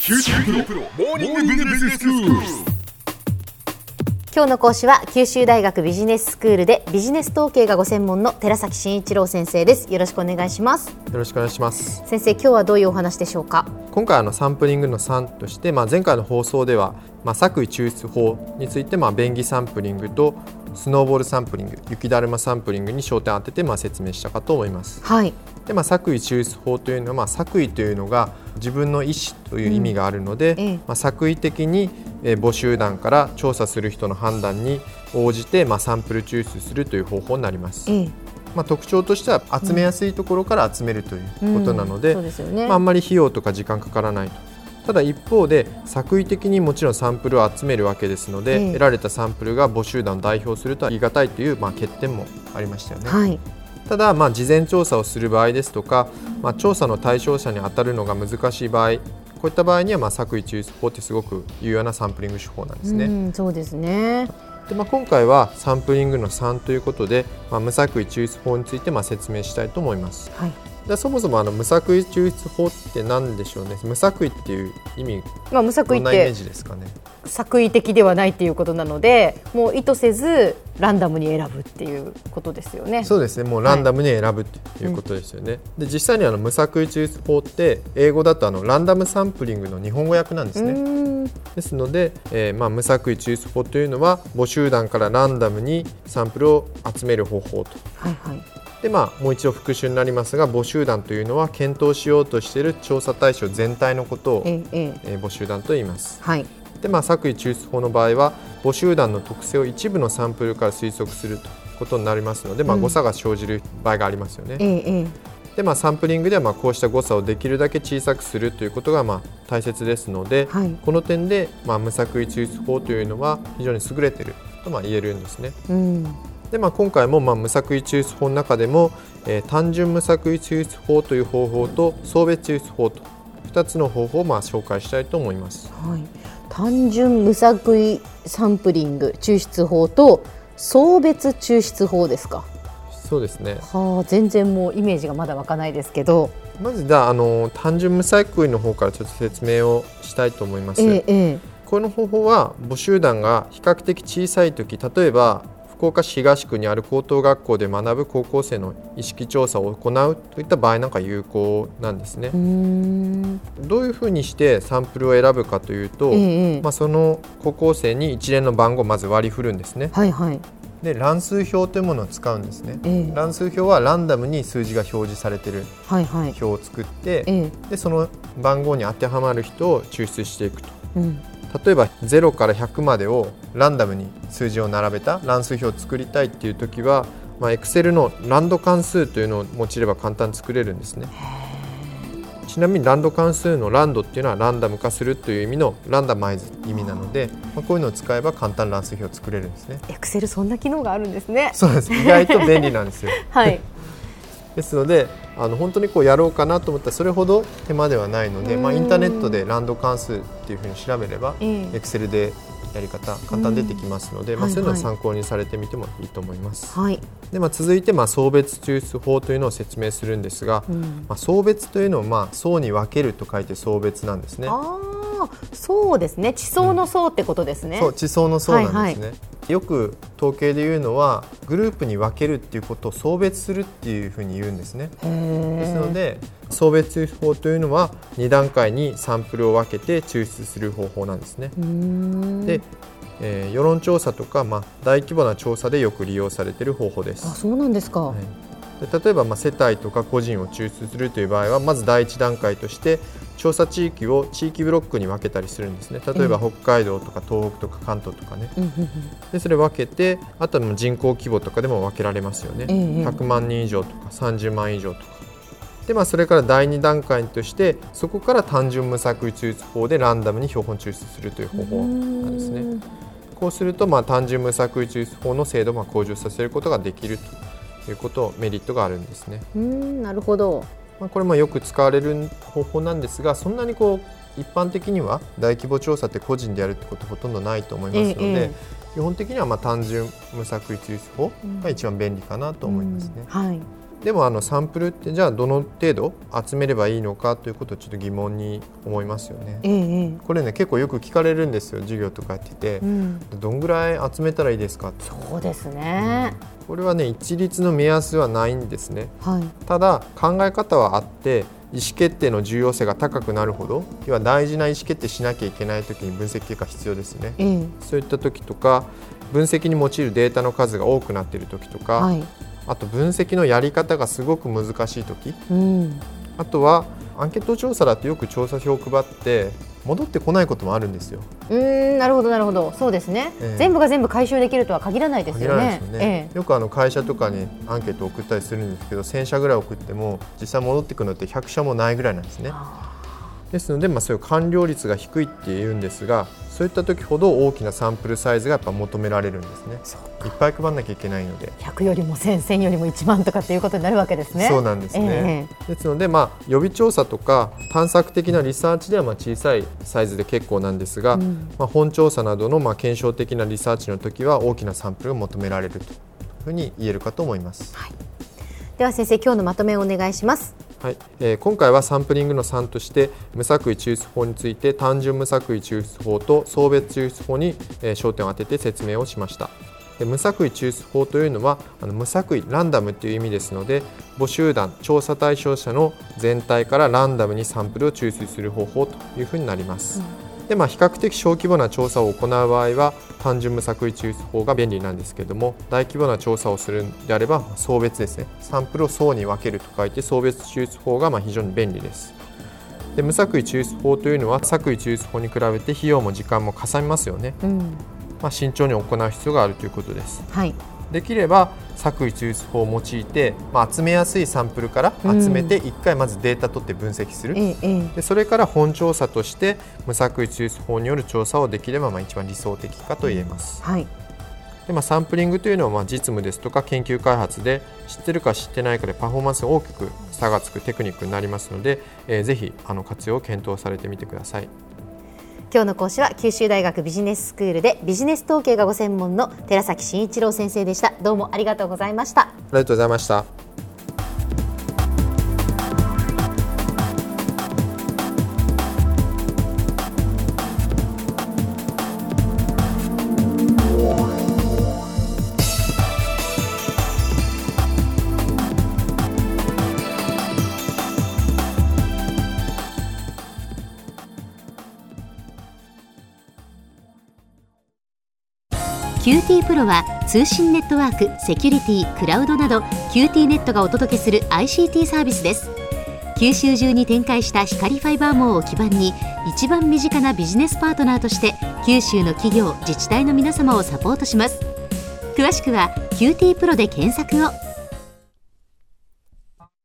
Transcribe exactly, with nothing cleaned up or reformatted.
キューシープロモーニングビジネススクール。 今日の講師は九州大学ビジネススクールでビジネス統計がご専門の寺崎真一郎先生です。よろしくお願いします。 よろしくお願いします。 先生、今日はどういうお話でしょうか。 今回あのサンプリングのさんとして、まあ、前回の放送では、まあ、作為抽出法について、まあ、便宜サンプリングとスノーボールサンプリング、雪だるまサンプリングに焦点を当てて、まあ、説明したかと思います。 はい。 でまあ、作為抽出法というのは、まあ、作為というのが自分の意思という意味があるので、うんええまあ、作為的に、えー、母集団から調査する人の判断に応じて、まあ、サンプル抽出するという方法になります。ええまあ、特徴としては集めやすいところから集めるということなので、あんまり費用とか時間かからないと。ただ一方で作為的にもちろんサンプルを集めるわけですので、ええ、得られたサンプルが母集団を代表するとは言い難いという、まあ、欠点もありましたよね。はいただ、まあ、事前調査をする場合ですとか、まあ、調査の対象者に当たるのが難しい場合、こういった場合には、まあ、作為抽出法ってすごく有用なサンプリング手法なんですね。 うんそうですね。 で、まあ、今回はサンプリングのさんということで、まあ、無作為抽出法についてまあ説明したいと思います。はいでそもそもあの無作為抽出法って何でしょうね。無作為っていう意味、まあ、無作為ってどんなイメージですかね。 作為的ではないっていうことなので、もう意図せずランダムに選ぶっていうことですよね。 そうですね。もうランダムに選ぶっていうことですよね。はいうん、で実際にあの無作為抽出法って英語だとあのランダムサンプリングの日本語訳なんですね。ですので、えーまあ、無作為抽出法というのは母集団からランダムにサンプルを集める方法と。はいはいでまあ、もう一度復習になりますが、母集団というのは検討しようとしている調査対象全体のことを、えええー、母集団と言います。はいでまあ、作為抽出法の場合は母集団の特性を一部のサンプルから推測するということになりますので、まあ、誤差が生じる場合がありますよね。うんええでまあ、サンプリングではまあこうした誤差をできるだけ小さくするということがまあ大切ですので、はい、この点でまあ無作為抽出法というのは非常に優れているとまあ言えるんですね。うんでまあ、今回もまあ無作為抽出法の中でも、えー、単純無作為抽出法という方法と送別抽出法とふたつの方法をまあ紹介したいと思います。 はい、単純無作為サンプリング抽出法と送別抽出法ですか。 そうですね。 はあ、全然もうイメージがまだ湧かないですけど、 まずだあの単純無作為の方からちょっと説明をしたいと思います。えーえー、この方法は母集団が比較的小さいとき、例えば福岡市東区にある高等学校で学ぶ高校生の意識調査を行うといった場合なんか有効なんですね。うーんどういうふうにしてサンプルを選ぶかというと、ええまあ、その高校生に一連の番号をまず割り振るんですね。はいはいで乱数表というものを使うんですね。ええ、乱数表はランダムに数字が表示されている表を作って、はいはいでその番号に当てはまる人を抽出していくと。うん例えばゼロからひゃくまでをランダムに数字を並べた乱数表を作りたいっていう時は、まあ、Excel のランド関数というのを用いれば簡単に作れるんですね。ちなみにランド関数のランドっていうのはランダム化するという意味のランダマイズ意味なので、まあ、こういうのを使えば簡単に乱数表を作れるんですね。 Excel そんな機能があるんですね。 そうです。意外と便利なんですよ。はいですのであの本当にこうやろうかなと思ったらそれほど手間ではないので、まあ、インターネットでランド関数っていうふうに調べれば、えー、Excel でやり方簡単出てきますので、まあ、そういうのを参考にされてみてもいいと思います。はい、でまあ、続いてまあ送別抽出法というのを説明するんですが、うんまあ、送別というのはまあ層に分けると書いて送別なんですね。あそうですね。地層の層ってことですね。 うん、そう地層の層なんですね。はいはい、よく統計で言うのはグループに分けるっていうことを送別するっていうふうに言うんですね。ですので送別抽出法というのはに段階にサンプルを分けて抽出する方法なんですね。で、えー、世論調査とか、まあ、大規模な調査でよく利用されている方法です。 あ、そうなんですか。はいで例えばまあ世帯とか個人を抽出するという場合はまず第一段階として調査地域を地域ブロックに分けたりするんですね。例えば北海道とか東北とか関東とかね、でそれ分けてあとは人口規模とかでも分けられますよね。ひゃくまんにん以上とかさんじゅうまん以上とかで、まあ、それからだいに段階としてそこから単純無作為抽出法でランダムに標本抽出するという方法なんですね。こうするとまあ単純無作為抽出法の精度を向上させることができるということメリットがあるんですね。 うーんなるほど。 まあ、これもよく使われる方法なんですが、そんなにこう一般的には大規模調査って個人でやるってことほとんどないと思いますので、ええ、基本的にはまあ単純無作為抽出法が一番便利かなと思いますね。うんはいでもあのサンプルってじゃあどの程度集めればいいのかということをちょっと疑問に思いますよね、ええ、これね結構よく聞かれるんですよ、授業とかやってて、うん、どんぐらい集めたらいいですかって。 そうですね、 うん、これはね一律の目安はないんですね、はい、ただ考え方はあって、意思決定の重要性が高くなるほど、要は大事な意思決定しなきゃいけないときに分析結果必要ですね、うん、そういったときとか分析に用いるデータの数が多くなっているときとか、はい、あと分析のやり方がすごく難しいとき、うん、あとはアンケート調査だとよく調査票を配って戻ってこないこともあるんですよ。 うーん、なるほどなるほど、そうですね、えー、全部が全部回収できるとは限らないですよね。 限らないですよね、えー、よくあの会社とかにアンケートを送ったりするんですけど、せんしゃぐらい送っても実際戻ってくるのってひゃくしゃもないぐらいなんですね。ですので、まあ、そういう完了率が低いっていうんですが、そういった時ほど大きなサンプルサイズがやっぱ求められるんですね。いっぱい配らなきゃいけないので、 ひゃくよりもせん、せんよりもいちまんとかっていうことになるわけですね。 そうなんですね、えー、ですので、まあ、予備調査とか探索的なリサーチではまあ小さいサイズで結構なんですが、うん、まあ、本調査などのまあ検証的なリサーチの時は大きなサンプルが求められるというふうに言えるかと思います、はい、 では先生、今日のまとめをお願いします。 はい、えー、今回はサンプリングのさんとして無作為抽出法について単純無作為抽出法と相別抽出法に、えー、焦点を当てて説明をしました。で無作為抽出法というのはあの無作為ランダムという意味ですので、母集団調査対象者の全体からランダムにサンプルを抽出する方法というふうになります、うん、でまあ、比較的小規模な調査を行う場合は単純無作為抽出法が便利なんですけれども、大規模な調査をするのであれば相別ですね、サンプルを層に分けると書いて相別抽出法がまあ非常に便利です。で無作為抽出法というのは作為抽出法に比べて費用も時間もかさみますよね、うん、まあ、慎重に行う必要があるということです、はい、できれば作為抽出法を用いて、まあ、集めやすいサンプルから集めていっかいまずデータ取って分析する、うん、でそれから本調査として無作為抽出法による調査をできればまあ一番理想的かと言えます、はい、でまあ、サンプリングというのはまあ実務ですとか研究開発で知ってるか知ってないかでパフォーマンスが大きく差がつくテクニックになりますので、えー、ぜひあの活用を検討されてみてください。 今日の講師は九州大学ビジネススクールでビジネス統計がご専門の寺崎真一郎先生でした。どうもありがとうございました。 ありがとうございました。 キューティー プロは通信ネットワーク、セキュリティ、クラウドなど キューティー ネットがお届けする アイシーティー サービスです。九州中に展開した光ファイバー網を基盤に一番身近なビジネスパートナーとして九州の企業、自治体の皆様をサポートします。詳しくは キューティー プロで検索を。